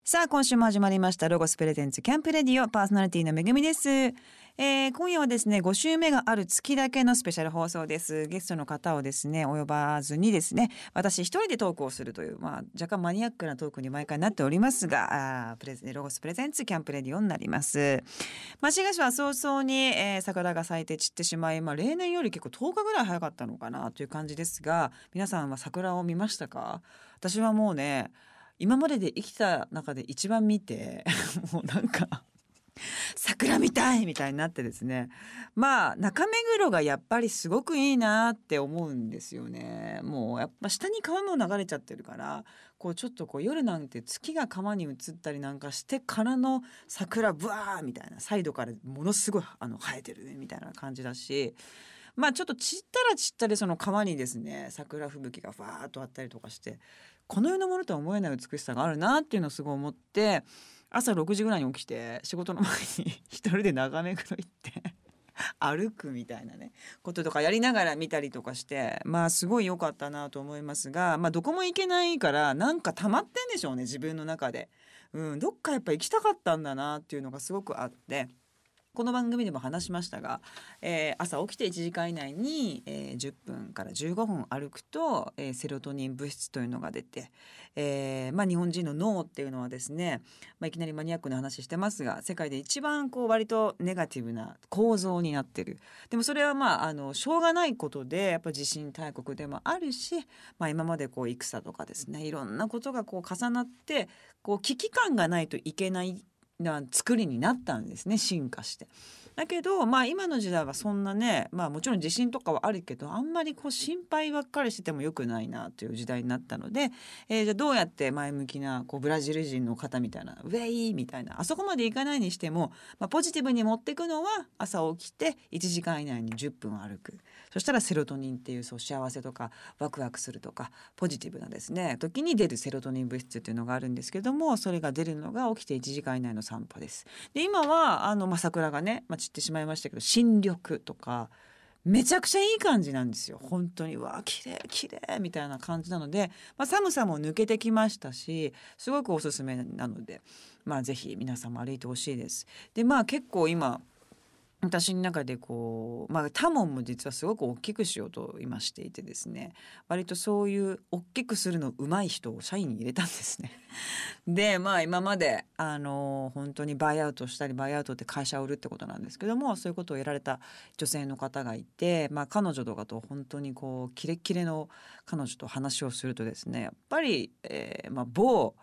さあ今週も始まりましたロゴスプレゼンツキャンプレディオ、パーソナリティのめぐみです。今夜はですね5週目がある月だけのスペシャル放送です。ゲストの方をですねお呼ばずにですね私一人でトークをするという、若干マニアックなトークに毎回なっておりますが、ロゴスプレゼンツキャンプレディオになります。滋賀市は早々に、桜が咲いて散ってしまい、例年より結構10日ぐらい早かったのかなという感じですが、皆さんは桜を見ましたか？私はもうね今までで生きた中で一番見てもうなんか桜見たいみたいになってですね、中目黒がやっぱりすごくいいなって思うんですよね。もうやっぱ下に川も流れちゃってるから、ちょっと夜なんて月が川に映ったりなんかしてからの桜ブワーみたいな、サイドからものすごい生えてるねみたいな感じだし、ちょっと散ったら散ったりその川にですね桜吹雪がファーっとあったりとかして、この世のものとは思えない美しさがあるなっていうのをすごい思って、朝6時ぐらいに起きて仕事の前に一人で長目黒行って歩くみたいなねこととかやりながら見たりとかして、すごい良かったなと思いますが、どこも行けないからなんか溜まってんでしょうね自分の中で。どっかやっぱ行きたかったんだなっていうのがすごくあって、この番組でも話しましたが、朝起きて1時間以内に、10分から15分歩くと、セロトニン物質というのが出て、日本人の脳っていうのはですね、いきなりマニアックな話してますが、世界で一番割とネガティブな構造になってる。でもそれはしょうがないことでやっぱ地震大国でもあるし、今まで戦とかですねいろんなことが重なって危機感がないといけない作りになったんですね、進化して。だけど今の時代はそんなね、もちろん地震とかはあるけどあんまり心配ばっかりしててもよくないなという時代になったので、じゃあどうやって前向きなブラジル人の方みたいなウェイみたいなあそこまでいかないにしても、ポジティブに持っていくのは朝起きて1時間以内に10分歩く。そしたらセロトニンっていう幸せとかワクワクするとかポジティブなですね時に出るセロトニン物質っていうのがあるんですけども、それが出るのが起きて1時間以内の散歩です。で今は桜がね、散ってしまいましたけど新緑とかめちゃくちゃいい感じなんですよ。本当に綺麗綺麗みたいな感じなので、寒さも抜けてきましたしすごくおすすめなので、ぜひ皆さんも歩いてほしいです。で結構今私の中でタモンも実はすごく大きくしようと今していてですね、割とそういう大きくするの上手い人を社員に入れたんですね。で今まで本当にバイアウトしたり、バイアウトって会社を売るってことなんですけども、そういうことをやられた女性の方がいて、彼女とかと本当にキレッキレの彼女と話をするとですね、やっぱり、某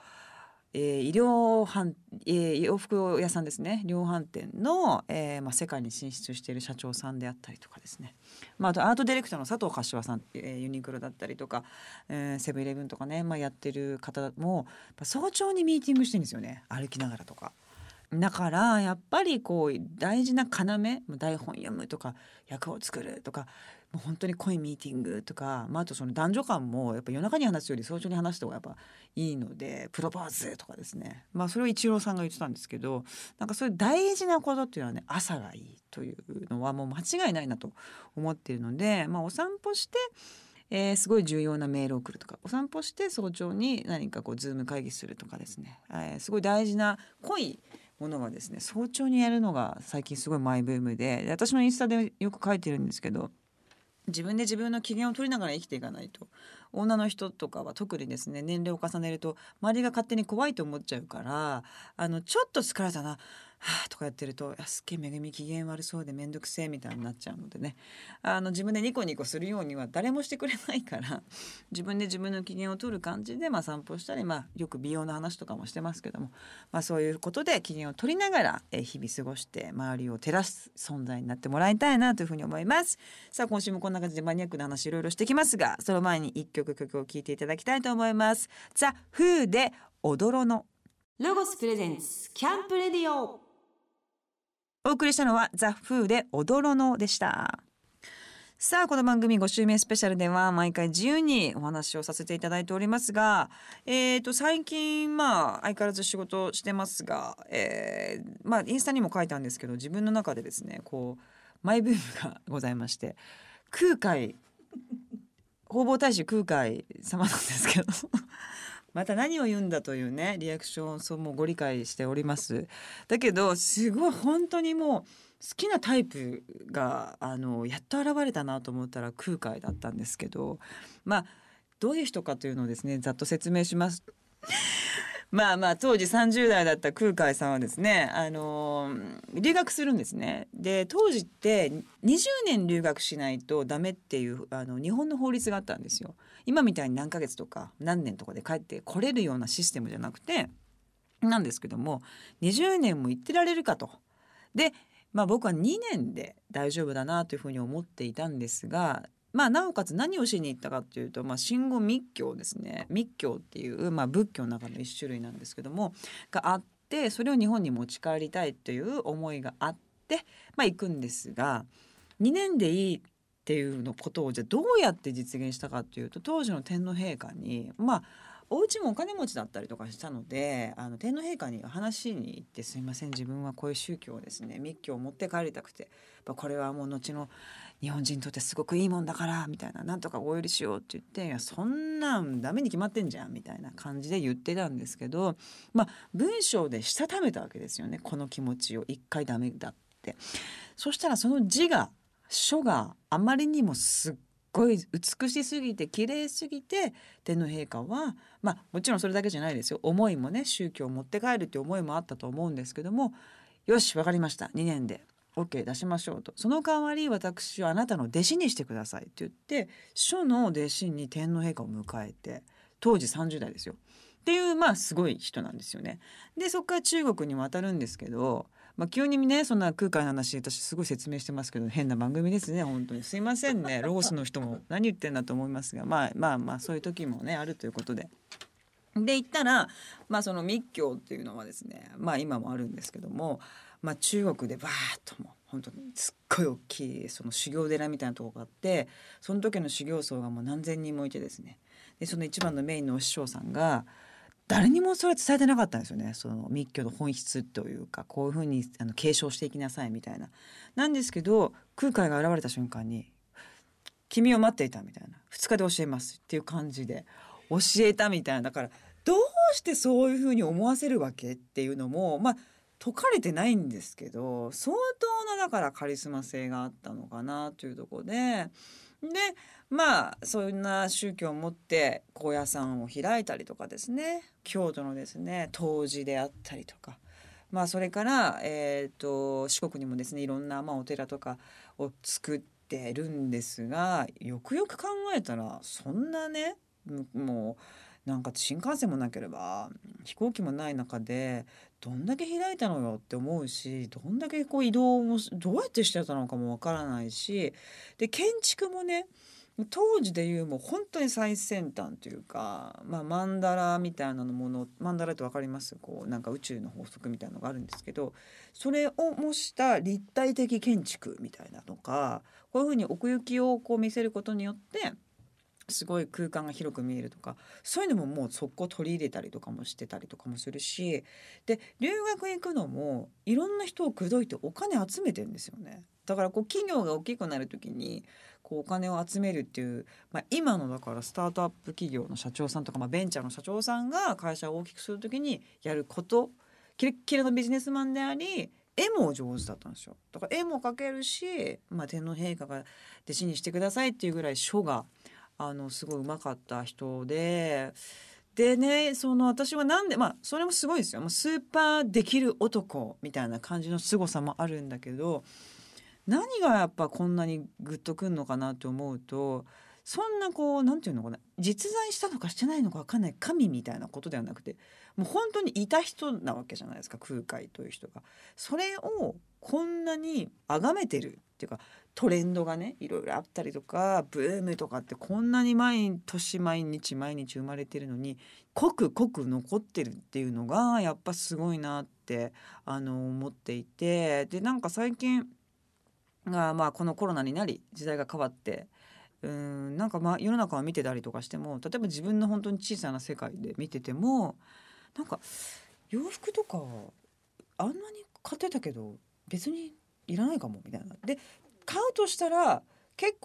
洋服屋さんですね、量販店の、世界に進出している社長さんであったりとかですね、あとアートディレクターの佐藤柏さん、ユニクロだったりとか、セブンイレブンとかね、やってる方も早朝にミーティングしてるんですよね、歩きながらとか。だからやっぱり大事な要、台本読むとか役を作るとか、もう本当に濃いミーティングとか、あとその男女間もやっぱ夜中に話すより早朝に話した方がやっぱいいので、プロポーズとかですね、それをイチローさんが言ってたんですけど、そういう大事なことっていうのはね朝がいいというのはもう間違いないなと思っているので、お散歩してすごい重要なメールを送るとか、お散歩して早朝に何かズーム会議するとかですね、すごい大事な濃いものはですね早朝にやるのが最近すごいマイブームで、私のインスタでよく書いてるんですけど、自分で自分の機嫌を取りながら生きていかないと。女の人とかは特にですね年齢を重ねると周りが勝手に怖いと思っちゃうから、ちょっと疲れたなはぁとかやってると、すっげえめぐみ機嫌悪そうでめんどくせえみたいになっちゃうのでね、自分でニコニコするようには誰もしてくれないから自分で自分の機嫌を取る感じで、散歩したり、よく美容の話とかもしてますけども、そういうことで機嫌を取りながら、日々過ごして周りを照らす存在になってもらいたいなというふうに思います。さあ今週もこんな感じでマニアックな話いろいろしてきますが、その前に一曲を聴いていただきたいと思います。ザ・フーで踊ろの。 ロゴスプレゼンツキャンプレディオ。 お送りしたのはザ・フーで踊ろのでした。さあこの番組5週目スペシャルでは毎回自由にお話をさせていただいておりますが、最近相変わらず仕事してますが、インスタにも書いたんですけど、自分の中でですねマイブームがございまして、空海弘法大師空海様なんですけどまた何を言うんだというねリアクションをそうもうご理解しております。だけどすごい本当にもう好きなタイプがやっと現れたなと思ったら空海だったんですけど、まあどういう人かというのをですねざっと説明します。まあまあ当時30代だった空海さんはですね、留学するんですね。で当時って20年留学しないとダメっていう日本の法律があったんですよ。今みたいに何ヶ月とか何年とかで帰ってこれるようなシステムじゃなくてなんですけども、20年も行ってられるかと。で僕は2年で大丈夫だなというふうに思っていたんですが、なおかつ何をしに行ったかというと、真言密教ですね。密教っていう、仏教の中の一種類なんですけどもがあって、それを日本に持ち帰りたいという思いがあって、行くんですが、2年でいいっていうのことをじゃあどうやって実現したかというと、当時の天皇陛下にお家もお金持ちだったりとかしたので、天皇陛下に話に行って、すいません自分はこういう宗教をですね密教を持って帰りたくて、これはもう後の日本人にとってすごくいいもんだからみたいな、なんとかお許ししようって言って、いやそんなんダメに決まってんじゃんみたいな感じで言ってたんですけど、文章でしたためたわけですよね、この気持ちを一回ダメだって。そしたらその書があまりにもすっごい美しすぎて綺麗すぎて、天皇陛下はもちろんそれだけじゃないですよ、思いもね宗教を持って帰るっていう思いもあったと思うんですけども、よしわかりました、2年で OK 出しましょうと、その代わり私をあなたの弟子にしてくださいって言って、書の弟子に天皇陛下を迎えて、当時30代ですよっていうすごい人なんですよね。でそこから中国に渡るんですけど、急にねそんな空海の話私すごい説明してますけど、変な番組ですね本当にすいませんね。ロゴスの人も何言ってんだと思いますが、そういう時もねあるということで。で行ったら、その密教っていうのはですね、今もあるんですけども、中国でバーッともう本当にすっごい大きいその修行寺みたいなところがあって、その時の修行僧がもう何千人もいてですね、でその一番のメインのお師匠さんが誰にもそれ伝えてなかったんですよね。その密教の本質というか、こういうふうに継承していきなさいみたいな。なんですけど空海が現れた瞬間に、君を待っていたみたいな、2日で教えますっていう感じで教えたみたいな。だからどうしてそういうふうに思わせるわけっていうのも解かれてないんですけど、相当なだからカリスマ性があったのかなというところで、そんな宗教を持って高野山を開いたりとかですね、京都のですね東寺であったりとか、それから、四国にもですねいろんな、お寺とかを作ってるんですが、よくよく考えたらそんなねもうなんか新幹線もなければ飛行機もない中でどんだけ開いたのよって思うし、どんだけこう移動もどうやってしてたのかもわからないし、で建築もね当時でいうもう本当に最先端というか、マンダラみたいなもの、マンダラって分かります？こうなんか宇宙の法則みたいなのがあるんですけど、それを模した立体的建築みたいなとか、こういうふうに奥行きをこう見せることによってすごい空間が広く見えるとか、そういうのももうそこ取り入れたりとかもしてたりとかもするし、で留学行くのもいろんな人を口説いてお金集めてるんですよね。だからこう企業が大きくなる時にこうお金を集めるっていう、今のだからスタートアップ企業の社長さんとか、ベンチャーの社長さんが会社を大きくする時にやること、キレッキレのビジネスマンであり絵も上手だったんですよ。だから絵も描けるし、天皇陛下が弟子にしてくださいっていうぐらい書がすごいうまかった人で、ねその私はなんでそれもすごいですよ、もうスーパーできる男みたいな感じの凄さもあるんだけど、何がやっぱこんなにグッとくんのかなと思うと、そんなこうなんていうのかな、実在したのかしてないのか分かんない神みたいなことではなくて、もう本当にいた人なわけじゃないですか、空海という人が。それをこんなに崇めてるっていうか、トレンドがねいろいろあったりとかブームとかってこんなに毎年毎日生まれてるのに刻々残ってるっていうのがやっぱすごいなって思っていて、でなんか最近がこのコロナになり時代が変わって、なんか世の中を見てたりとかしても、例えば自分の本当に小さな世界で見てても、なんか洋服とかあんなに買ってたけど別にいらないかもみたいな。で買うとしたら結構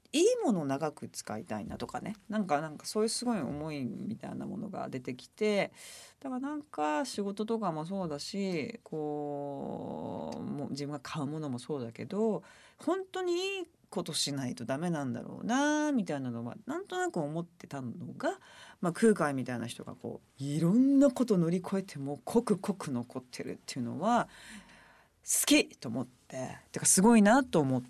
いいものを長く使いたいなとかね、なんかそういうすごい思いみたいなものが出てきて、だからなんか仕事とかもそうだし、こうもう自分が買うものもそうだけど、本当にいいことしないとダメなんだろうなみたいなのはなんとなく思ってたのが、空海みたいな人がこういろんなこと乗り越えても刻々残ってるっていうのは好きと思って、てかすごいなと思って、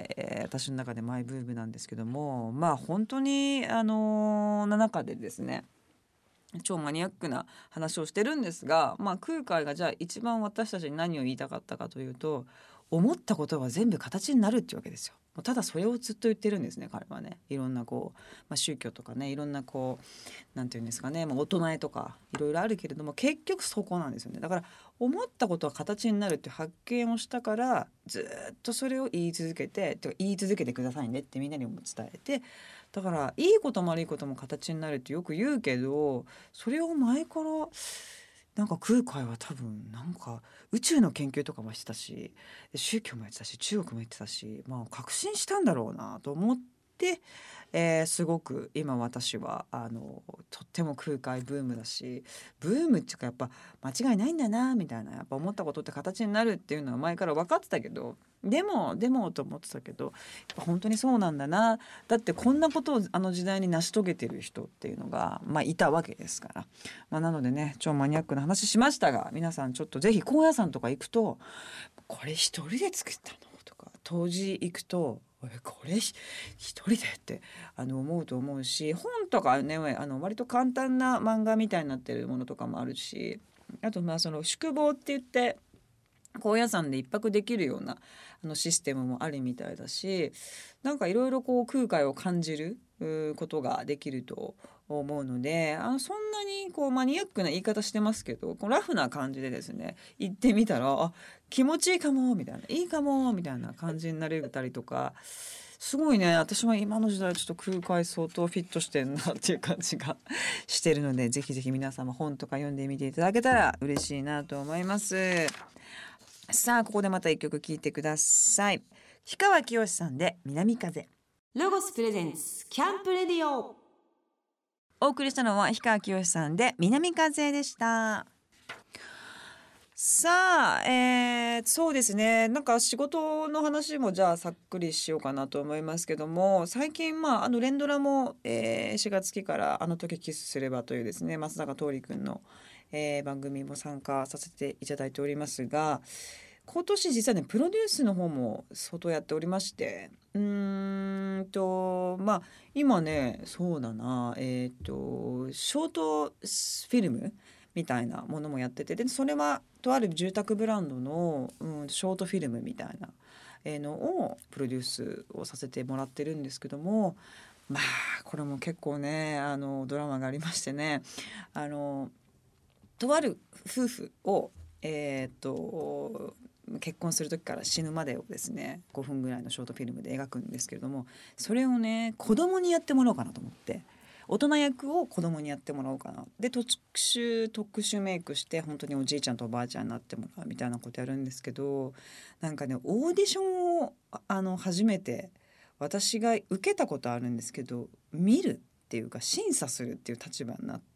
私の中でマイブームなんですけども、本当に中でですね、超マニアックな話をしてるんですが、空海がじゃあ一番私たちに何を言いたかったかというと、思ったことは全部形になるっていうわけですよ。もうただそれをずっと言ってるんですね、彼はね。いろんなこう、宗教とかね、いろんなこうなんていうんですかね、大人へとかいろいろあるけれども、結局そこなんですよね。だから思ったことは形になるっていう発見をしたから、ずっとそれを言い続けて、言い続けてくださいねってみんなにも伝えて、だからいいことも悪いことも形になるってよく言うけど、それを前からなんか空海は多分なんか宇宙の研究とかもしてたし、宗教もやってたし、中国もやってたし、確信したんだろうなと思って、すごく今私はとっても空海ブームだし、ブームっていうかやっぱ間違いないんだなみたいな、やっぱ思ったことって形になるっていうのは前から分かってたけど、でもと思ってたけど、やっぱ本当にそうなんだな。だってこんなことをあの時代に成し遂げてる人っていうのが、いたわけですから、なのでね、超マニアックな話しましたが、皆さんちょっとぜひ高野山とか行くと、これ一人で作ったのとか、当時行くとこれ一人でって思うと思うし、本とかね、割と簡単な漫画みたいになってるものとかもあるし、あとその宿坊って言って高野山で一泊できるようなシステムもあるみたいだし、なんかいろいろこう空海を感じることができると思うので、そんなにこうマニアックな言い方してますけど、こうラフな感じでですね行ってみたら、気持ちいいかもみたいな、いいかもみたいな感じになれたりとか、すごいね、私は今の時代ちょっと空海相当フィットしてんなっていう感じがしてるので、ぜひぜひ皆様本とか読んでみていただけたら嬉しいなと思います。さあ、ここでまた一曲聴いてください。氷川きよしさんで南風。 ロゴスプレゼンツキャンプレディオ。 お送りしたのは氷川きよしさんで南風でした。さあ、そうですね、なんか仕事の話もじゃあさっくりしようかなと思いますけども、最近連ドラも、4月期からあの時キスすればというですね、松坂桃李くんの、番組も参加させていただいておりますが、今年実はねプロデュースの方も相当やっておりまして、今ね、そうだな、ショートフィルムみたいなものもやってて、でそれはとある住宅ブランドの、ショートフィルムみたいなのをプロデュースをさせてもらってるんですけども、これも結構ねドラマがありましてね、とある夫婦を結婚する時から死ぬまでをですね5分ぐらいのショートフィルムで描くんですけれども、それをね子供にやってもらおうかなと思って、大人役を子供にやってもらおうかなで、特殊メイクして本当におじいちゃんとおばあちゃんになってもらうみたいなことやるんですけど、なんかねオーディションを初めて私が受けたことあるんですけど、見るっていうか審査するっていう立場になって、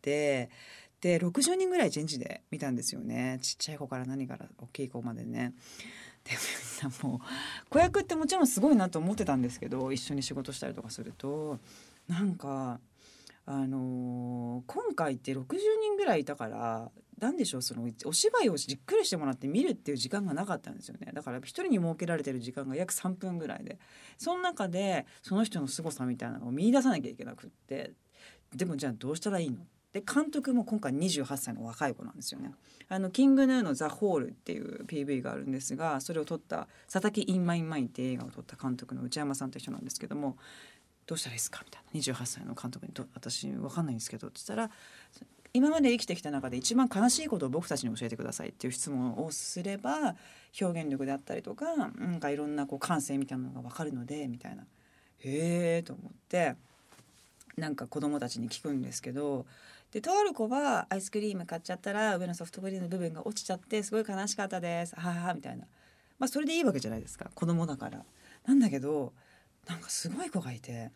で60人ぐらい1日で見たんですよね。ちっちゃい子から何から大きい子までね。でみんなもう子役ってもちろんすごいなと思ってたんですけど、一緒に仕事したりとかするとなんか今回って60人ぐらいいたから、なんでしょう、そのお芝居をじっくりしてもらって見るっていう時間がなかったんですよね。だから一人に設けられてる時間が約3分ぐらいで、その中でその人の凄さみたいなのを見出さなきゃいけなくって、でもじゃあどうしたらいいので、監督も今回28歳の若い子なんですよね。キングヌーのザ・ホールっていう PV があるんですが、それを撮った佐々木インマインマインっていう映画を撮った監督の内山さんと一緒なんですけども、どうしたらいいですかみたいな、28歳の監督に私分かんないんですけどって言ったら、今まで生きてきた中で一番悲しいことを僕たちに教えてくださいっていう質問をすれば、表現力であったりとか、なんかいろんな感性みたいなのが分かるのでみたいな、へえと思って、なんか子供たちに聞くんですけど、でとある子はアイスクリーム買っちゃったら上のソフトクリームの部分が落ちちゃってすごい悲しかったです、はははみたいな、それでいいわけじゃないですか、子供だから。なんだけどなんかすごい子がいて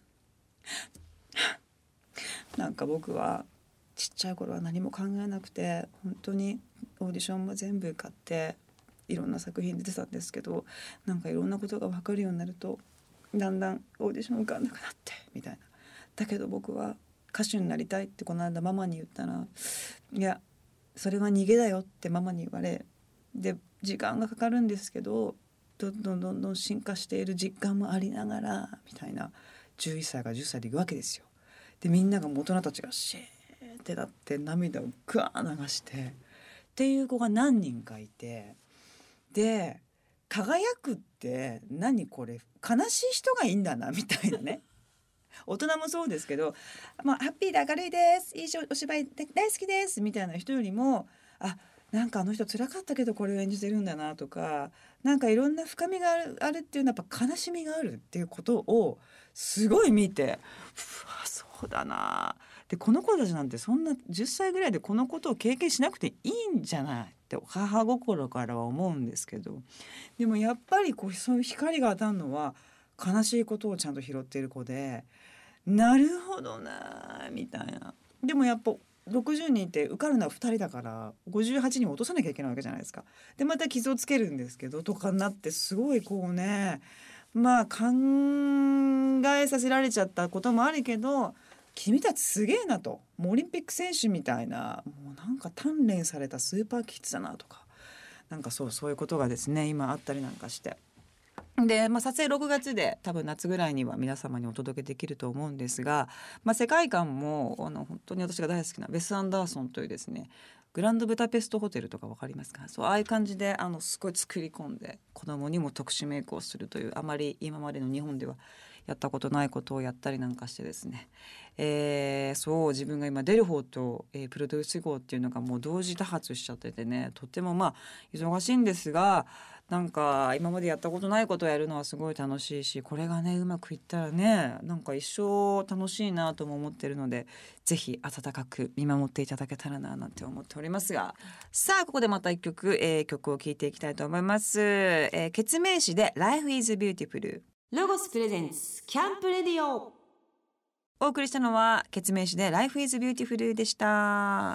なんか僕はちっちゃい頃は何も考えなくて本当にオーディションも全部受かっていろんな作品出てたんですけど、なんかいろんなことが分かるようになるとだんだんオーディション受かんなくなってみたいな。だけど僕は歌手になりたいってこの間ママに言ったら、いやそれは逃げだよってママに言われ、で時間がかかるんですけどどんどん進化している実感もありながらみたいな11歳が10歳でいくわけですよ。でみんなが大人たちがシーってなって涙をグワー流してっていう子が何人かいて、で輝くって何これ悲しい人がいいんだなみたいなね大人もそうですけど、まあ、ハッピーで明るいですいいお芝居で大好きですみたいな人よりも、あなんかあの人辛かったけどこれを演じてるんだなとか、なんかいろんな深みがあるっていうのはやっぱ悲しみがあるっていうことをすごい見て、うわそうだな。でこの子たちなんてそんな10歳ぐらいでこのことを経験しなくていいんじゃないって母心からは思うんですけど、でもやっぱりこうそういう光が当たるのは悲しいことをちゃんと拾っている子で、なるほどなみたいな。でもやっぱ60人いて受かるのは2人だから58人落とさなきゃいけないわけじゃないですか。でまた傷をつけるんですけどとかになってすごいこうね、まあ考えさせられちゃったこともあるけど、君たちすげえなと、もうオリンピック選手みたいな、もうなんか鍛錬されたスーパーキッズだなとか、なんかそういうことがですね今あったりなんかして、で、撮影6月で多分夏ぐらいには皆様にお届けできると思うんですが、世界観も本当に私が大好きなウェス・アンダーソンというですねグランドブダペストホテルとか分かりますか、そうああいう感じですごい作り込んで子供にも特殊メイクをするという、あまり今までの日本ではやったことないことをやったりなんかしてですね、そう自分が今出る方と、プロデュース号っていうのがもう同時多発しちゃっててね、とっても忙しいんですが、なんか今までやったことないことをやるのはすごい楽しいし、これがねうまくいったらねなんか一生楽しいなとも思ってるので、ぜひ温かく見守っていただけたらななんて思っておりますが、さあここでまた一曲、曲を聴いていきたいと思います。ケツメイシで Life is Beautiful。 ロゴスプレゼンツキャンプレディオ。 お送りしたのはケツメイシで Life is Beautiful でした。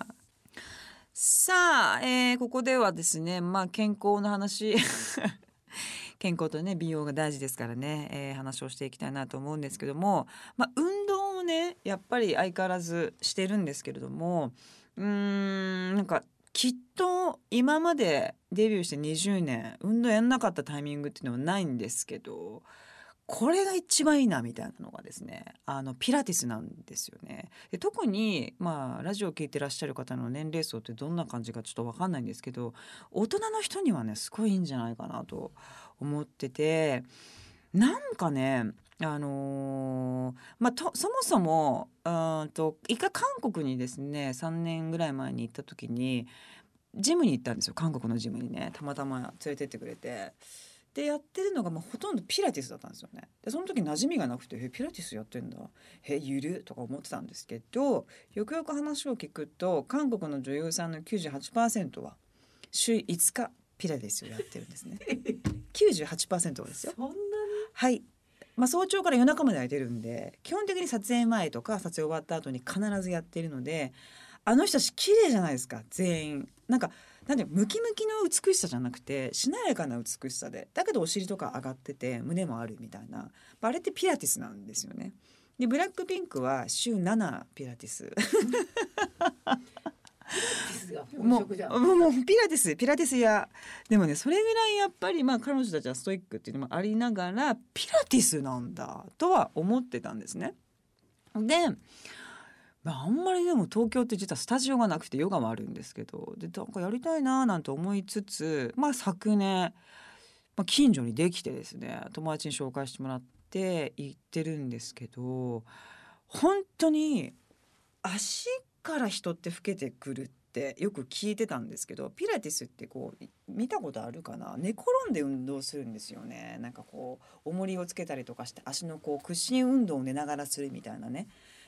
さあ、ここではですね、健康の話健康とね美容が大事ですからね、話をしていきたいなと思うんですけども、運動をねやっぱり相変わらずしてるんですけれども、なんかきっと今までデビューして20年運動やんなかったタイミングっていうのはないんですけど、これが一番いいなみたいなのがですねピラティスなんですよね。で特にラジオを聞いてらっしゃる方の年齢層ってどんな感じかちょっと分かんないんですけど、大人の人にはねすごいいいんじゃないかなと思ってて、なんかねそもそも一回韓国にですね3年ぐらい前に行った時にジムに行ったんですよ。韓国のジムにねたまたま連れてってくれて、でやってるのがほとんどピラティスだったんですよね。でその時馴染みがなくてピラティスやってんだゆるとか思ってたんですけど、よくよく話を聞くと韓国の女優さんの 98% は週5日ピラティスをやってるんですね98% ですよ。 そんなに？ はい。早朝から夜中まで空いてるんで、基本的に撮影前とか撮影終わった後に必ずやってるので、あの人たち綺麗じゃないですか全員。なんでムキムキの美しさじゃなくてしなやかな美しさで、だけどお尻とか上がってて胸もあるみたいな、あれってピラティスなんですよね。でブラックピンクは週7ピラティスもうピラティスや、でもねそれぐらいやっぱり彼女たちはストイックっていうのもありながらピラティスなんだとは思ってたんですね。であんまりでも東京って実はスタジオがなくてヨガもあるんですけど、でなんかやりたいななんて思いつつ、昨年、近所にできてですね友達に紹介してもらって行ってるんですけど、本当に足から人って老けてくるってよく聞いてたんですけど、ピラティスってこう見たことあるかな、寝転んで運動するんですよね。なんかこう重りをつけたりとかして足のこう屈伸運動を寝ながらするみたいなね。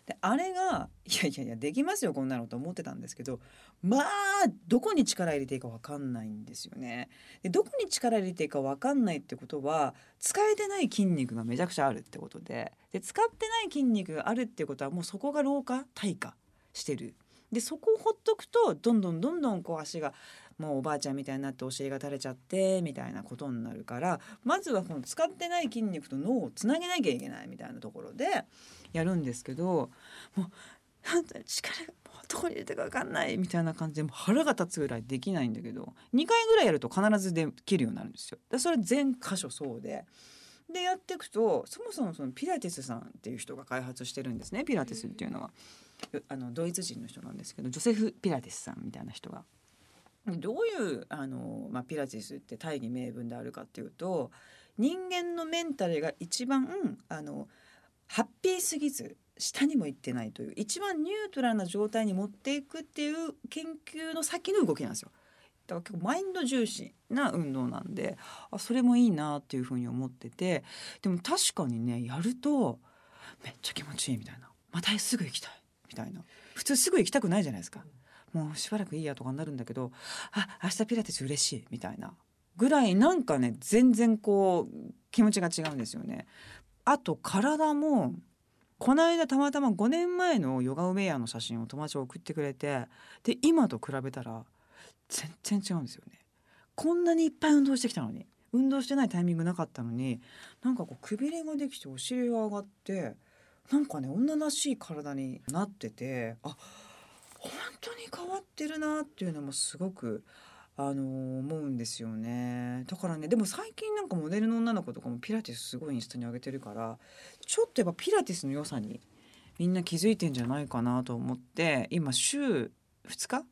であれがいやできますよこんなのと思ってたんですけど、まあどこに力入れていいか分かんないんですよね。でどこに力入れていいか分かんないってことは使えてない筋肉がめちゃくちゃあるってことで、使ってない筋肉があるってことはもうそこが老化退化してる。でそこをほっとくとどんどんこう足がもうおばあちゃんみたいになってお尻が垂れちゃってみたいなことになるから、まずはこの使ってない筋肉と脳をつなげなきゃいけないみたいなところでやるんですけど、もうなんて力がもうどこに入れてか分かんないみたいな感じでもう腹が立つぐらいできないんだけど、2回ぐらいやると必ずできるようになるんですよ。でそれ全箇所そうでやっていくと、そもそもそのピラティスさんっていう人が開発してるんですね。ピラティスっていうのはドイツ人の人なんですけど、ジョセフ・ピラティスさんみたいな人がどういうピラティスって大義名分であるかっていうと、人間のメンタルが一番ハッピーすぎず下にも行ってないという一番ニュートラルな状態に持っていくっていう研究の先の動きなんですよ。だから結構マインド重視な運動なんで、それもいいなっていうふうに思ってて、でも確かにねやるとめっちゃ気持ちいいみたいな、またすぐ行きたいみたいな、普通すぐ行きたくないじゃないですか。もうしばらくいいやとかになるんだけど、明日ピラティス嬉しいみたいなぐらいなんかね全然こう気持ちが違うんですよね。あと体もこの間たまたま5年前のヨガウェアの写真を友達が送ってくれて、で今と比べたら全然違うんですよね。こんなにいっぱい運動してきたのに、運動してないタイミングなかったのに、なんかこうくびれができてお尻が上がってなんかね女らしい体になってて、本当に変わってるなっていうのもすごく思うんですよね。だからね、でも最近なんかモデルの女の子とかもピラティスすごいインスタに上げてるから、ちょっとやっぱピラティスの良さにみんな気づいてんじゃないかなと思って、今週2日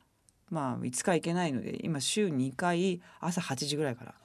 5日行けないので今週2回朝8時ぐらいから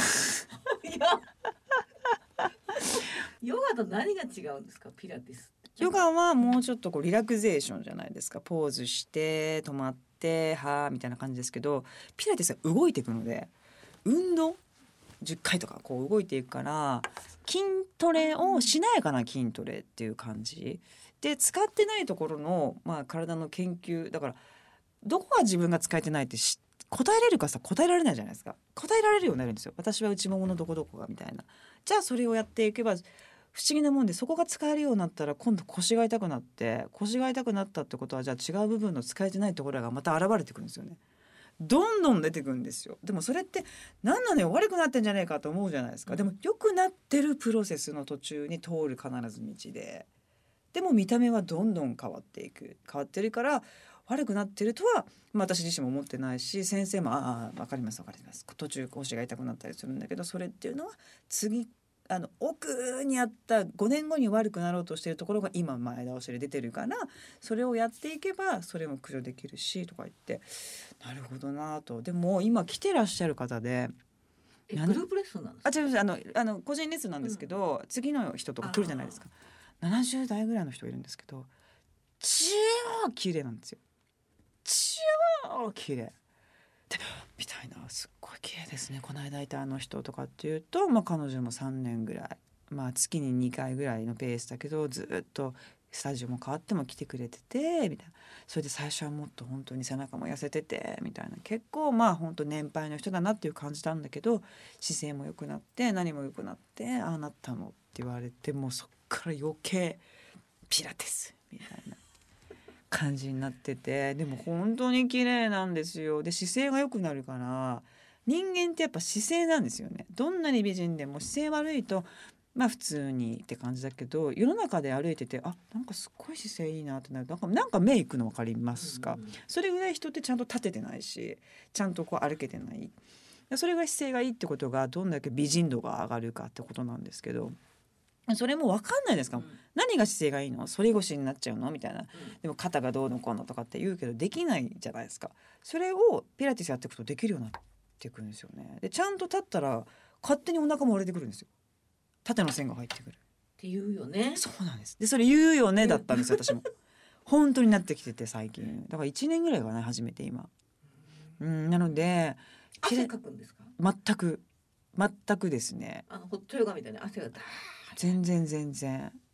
ヨガと何が違うんですか、ピラティス。 ヨガはもうちょっとこうリラクゼーションじゃないですか。ポーズして止まってはーみたいな感じですけど、ピラティスは動いていくので運動10回とかこう動いていくから筋トレをしなやかな筋トレっていう感じで、使ってないところの、体の研究だから、どこが自分が使えてないって答えれるかさ答えられないじゃないですか。答えられるようになるんですよ。私は内もものどこどこがみたいな。じゃあそれをやっていけば不思議なもんで、そこが使えるようになったら今度腰が痛くなって、腰が痛くなったってことはじゃあ違う部分の使えてないところがまた現れてくるんですよね。どんどん出てくるんですよ。でもそれって何なのよ、悪くなってんじゃねえかと思うじゃないですか。でも良くなってるプロセスの途中に通る必ず道で、でも見た目はどんどん変わっていく、変わってるから悪くなってるとは、私自身も思ってないし、先生も分かります途中腰が痛くなったりするんだけど、それっていうのは次奥にあった5年後に悪くなろうとしているところが今前倒しで出てるから、それをやっていけばそれも駆除できるしとか言って、なるほどなと。でも今来てらっしゃる方でグループレッスンなんですか。 違う個人レッスンなんですけど、次の人とか来るじゃないですか。70代ぐらいの人いるんですけど、超綺麗なんですよ。超綺麗でみたいな、すっごい綺麗ですねこの間いたあの人とかっていうと、彼女も3年ぐらい、月に2回ぐらいのペースだけどずっとスタジオも変わっても来てくれててみたいな。それで最初はもっと本当に背中も痩せててみたいな、結構本当年配の人だなっていう感じなんだけど、姿勢も良くなって何も良くなって、ああなったのって言われて、もうそっから余計ピラティスみたいな感じになってて、でも本当に綺麗なんですよ。で姿勢が良くなるから、人間ってやっぱ姿勢なんですよね。どんなに美人でも姿勢悪いと普通にって感じだけど、世の中で歩いててなんかすっごい姿勢いいなってなると、なんか目いくの分かりますか。それぐらい人ってちゃんと立ててないし、ちゃんとこう歩けてない。それが姿勢がいいってことがどんだけ美人度が上がるかってことなんですけど、それも分かんないですか、何が姿勢がいいの、反り腰になっちゃうのみたいな、でも肩がどうのこうのとかって言うけどできないじゃないですか。それをピラティスやっていくとできるようになっていくんですよね。でちゃんと立ったら勝手にお腹も割れてくるんですよ。縦の線が入ってくるって言うよね。 そうなんです。でそれ言うよねだったんですよ私も本当になってきてて最近だから1年ぐらいかな初めて今、なので汗かくんですか。 全くですね。 ホットヨガみたいな汗がダー全然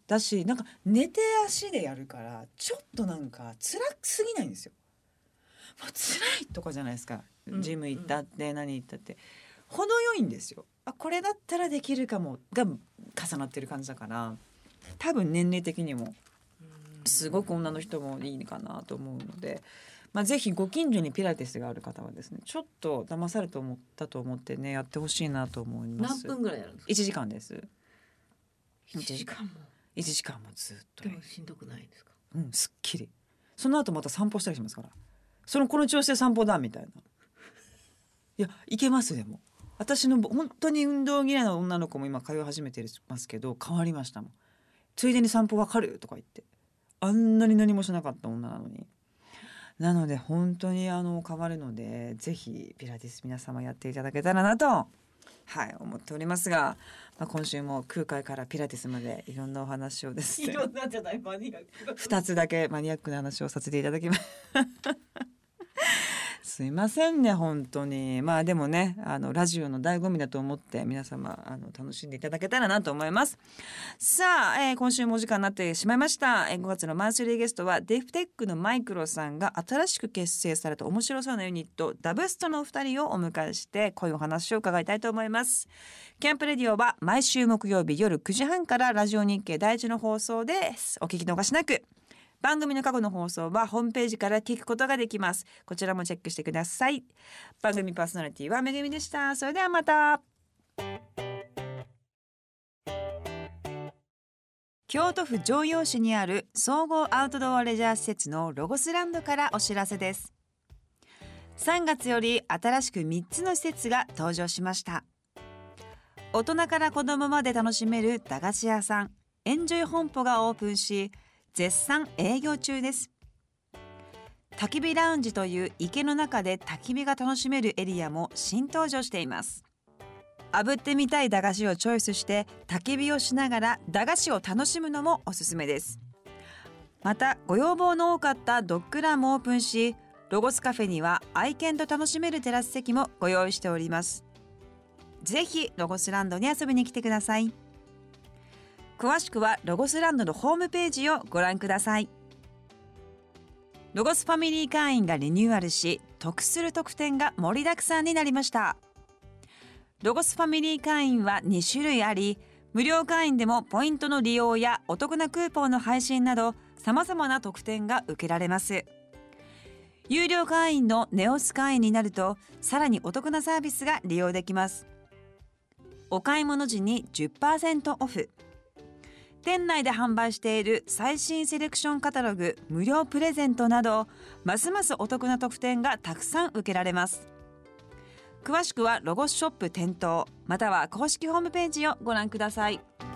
だし、なんか寝て足でやるからちょっとなんか辛すぎないんですよ。もう辛いとかじゃないですか、ジム行ったって何行ったって、程よいんですよ。これだったらできるかもが重なってる感じだから、多分年齢的にもすごく女の人もいいかなと思うので、ぜひご近所にピラティスがある方はですね、ちょっと騙されと思ったと思ってね、やってほしいなと思います。 何分ぐらいやるんですか？ 1時間です。 1時間も。 1時間もずっと。 でもしんどくないですか？ すっきり。その後また散歩したりしますから、この調子で散歩だみたいな。いや、いけます。でも私の本当に運動嫌いな女の子も今通い始めてますけど、変わりましたもん。ついでに散歩わかるとか言って、あんなに何もしなかった女なのに。なので本当に変わるので、ぜひピラティス皆様やっていただけたらなと思っておりますが、今週も空海からピラティスまでいろんなお話をですね、 いろんなじゃない、マニアック 2つだけマニアックな話をさせていただきますすいませんね本当に。でもね、ラジオの醍醐味だと思って皆様楽しんでいただけたらなと思います。さあ、今週もお時間になってしまいました。5月のマンスリーゲストはデフテックのマイクロさんが新しく結成された面白そうなユニットダブストのお二人をお迎えしてこういうお話を伺いたいと思います。キャンプレディオは毎週木曜日夜9時半からラジオ日経第一の放送です。お聞き逃しなく。番組の過去の放送はホームページから聞くことができます。こちらもチェックしてください。番組パーソナリティはめぐみでした。それではまた。京都府城陽市にある総合アウトドアレジャー施設のロゴスランドからお知らせです。3月より新しく3つの施設が登場しました。大人から子供まで楽しめる駄菓子屋さんエンジョイ本舗がオープンし、絶賛営業中です。焚き火ラウンジという池の中で焚き火が楽しめるエリアも新登場しています。炙ってみたい駄菓子をチョイスして焚き火をしながら駄菓子を楽しむのもおすすめです。またご要望の多かったドッグランもオープンし、ロゴスカフェには愛犬と楽しめるテラス席もご用意しております。ぜひロゴスランドに遊びに来てください。詳しくはロゴスランドのホームページをご覧ください。ロゴスファミリー会員がリニューアルし、得する特典が盛りだくさんになりました。ロゴスファミリー会員は2種類あり、無料会員でもポイントの利用やお得なクーポンの配信など様々な特典が受けられます。有料会員のネオス会員になるとさらにお得なサービスが利用できます。お買い物時に 10% オフ、店内で販売している最新セレクションカタログ無料プレゼントなど、ますますお得な特典がたくさん受けられます。詳しくはロゴスショップ店頭または公式ホームページをご覧ください。